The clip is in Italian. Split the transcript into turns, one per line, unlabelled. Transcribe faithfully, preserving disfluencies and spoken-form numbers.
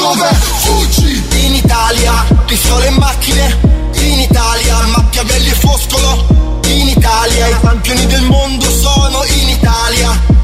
Dove fuggi?
In Italia, pistole e macchine. In Italia, Machiavelli e Foscolo. In Italia, i campioni del mondo sono in Italia.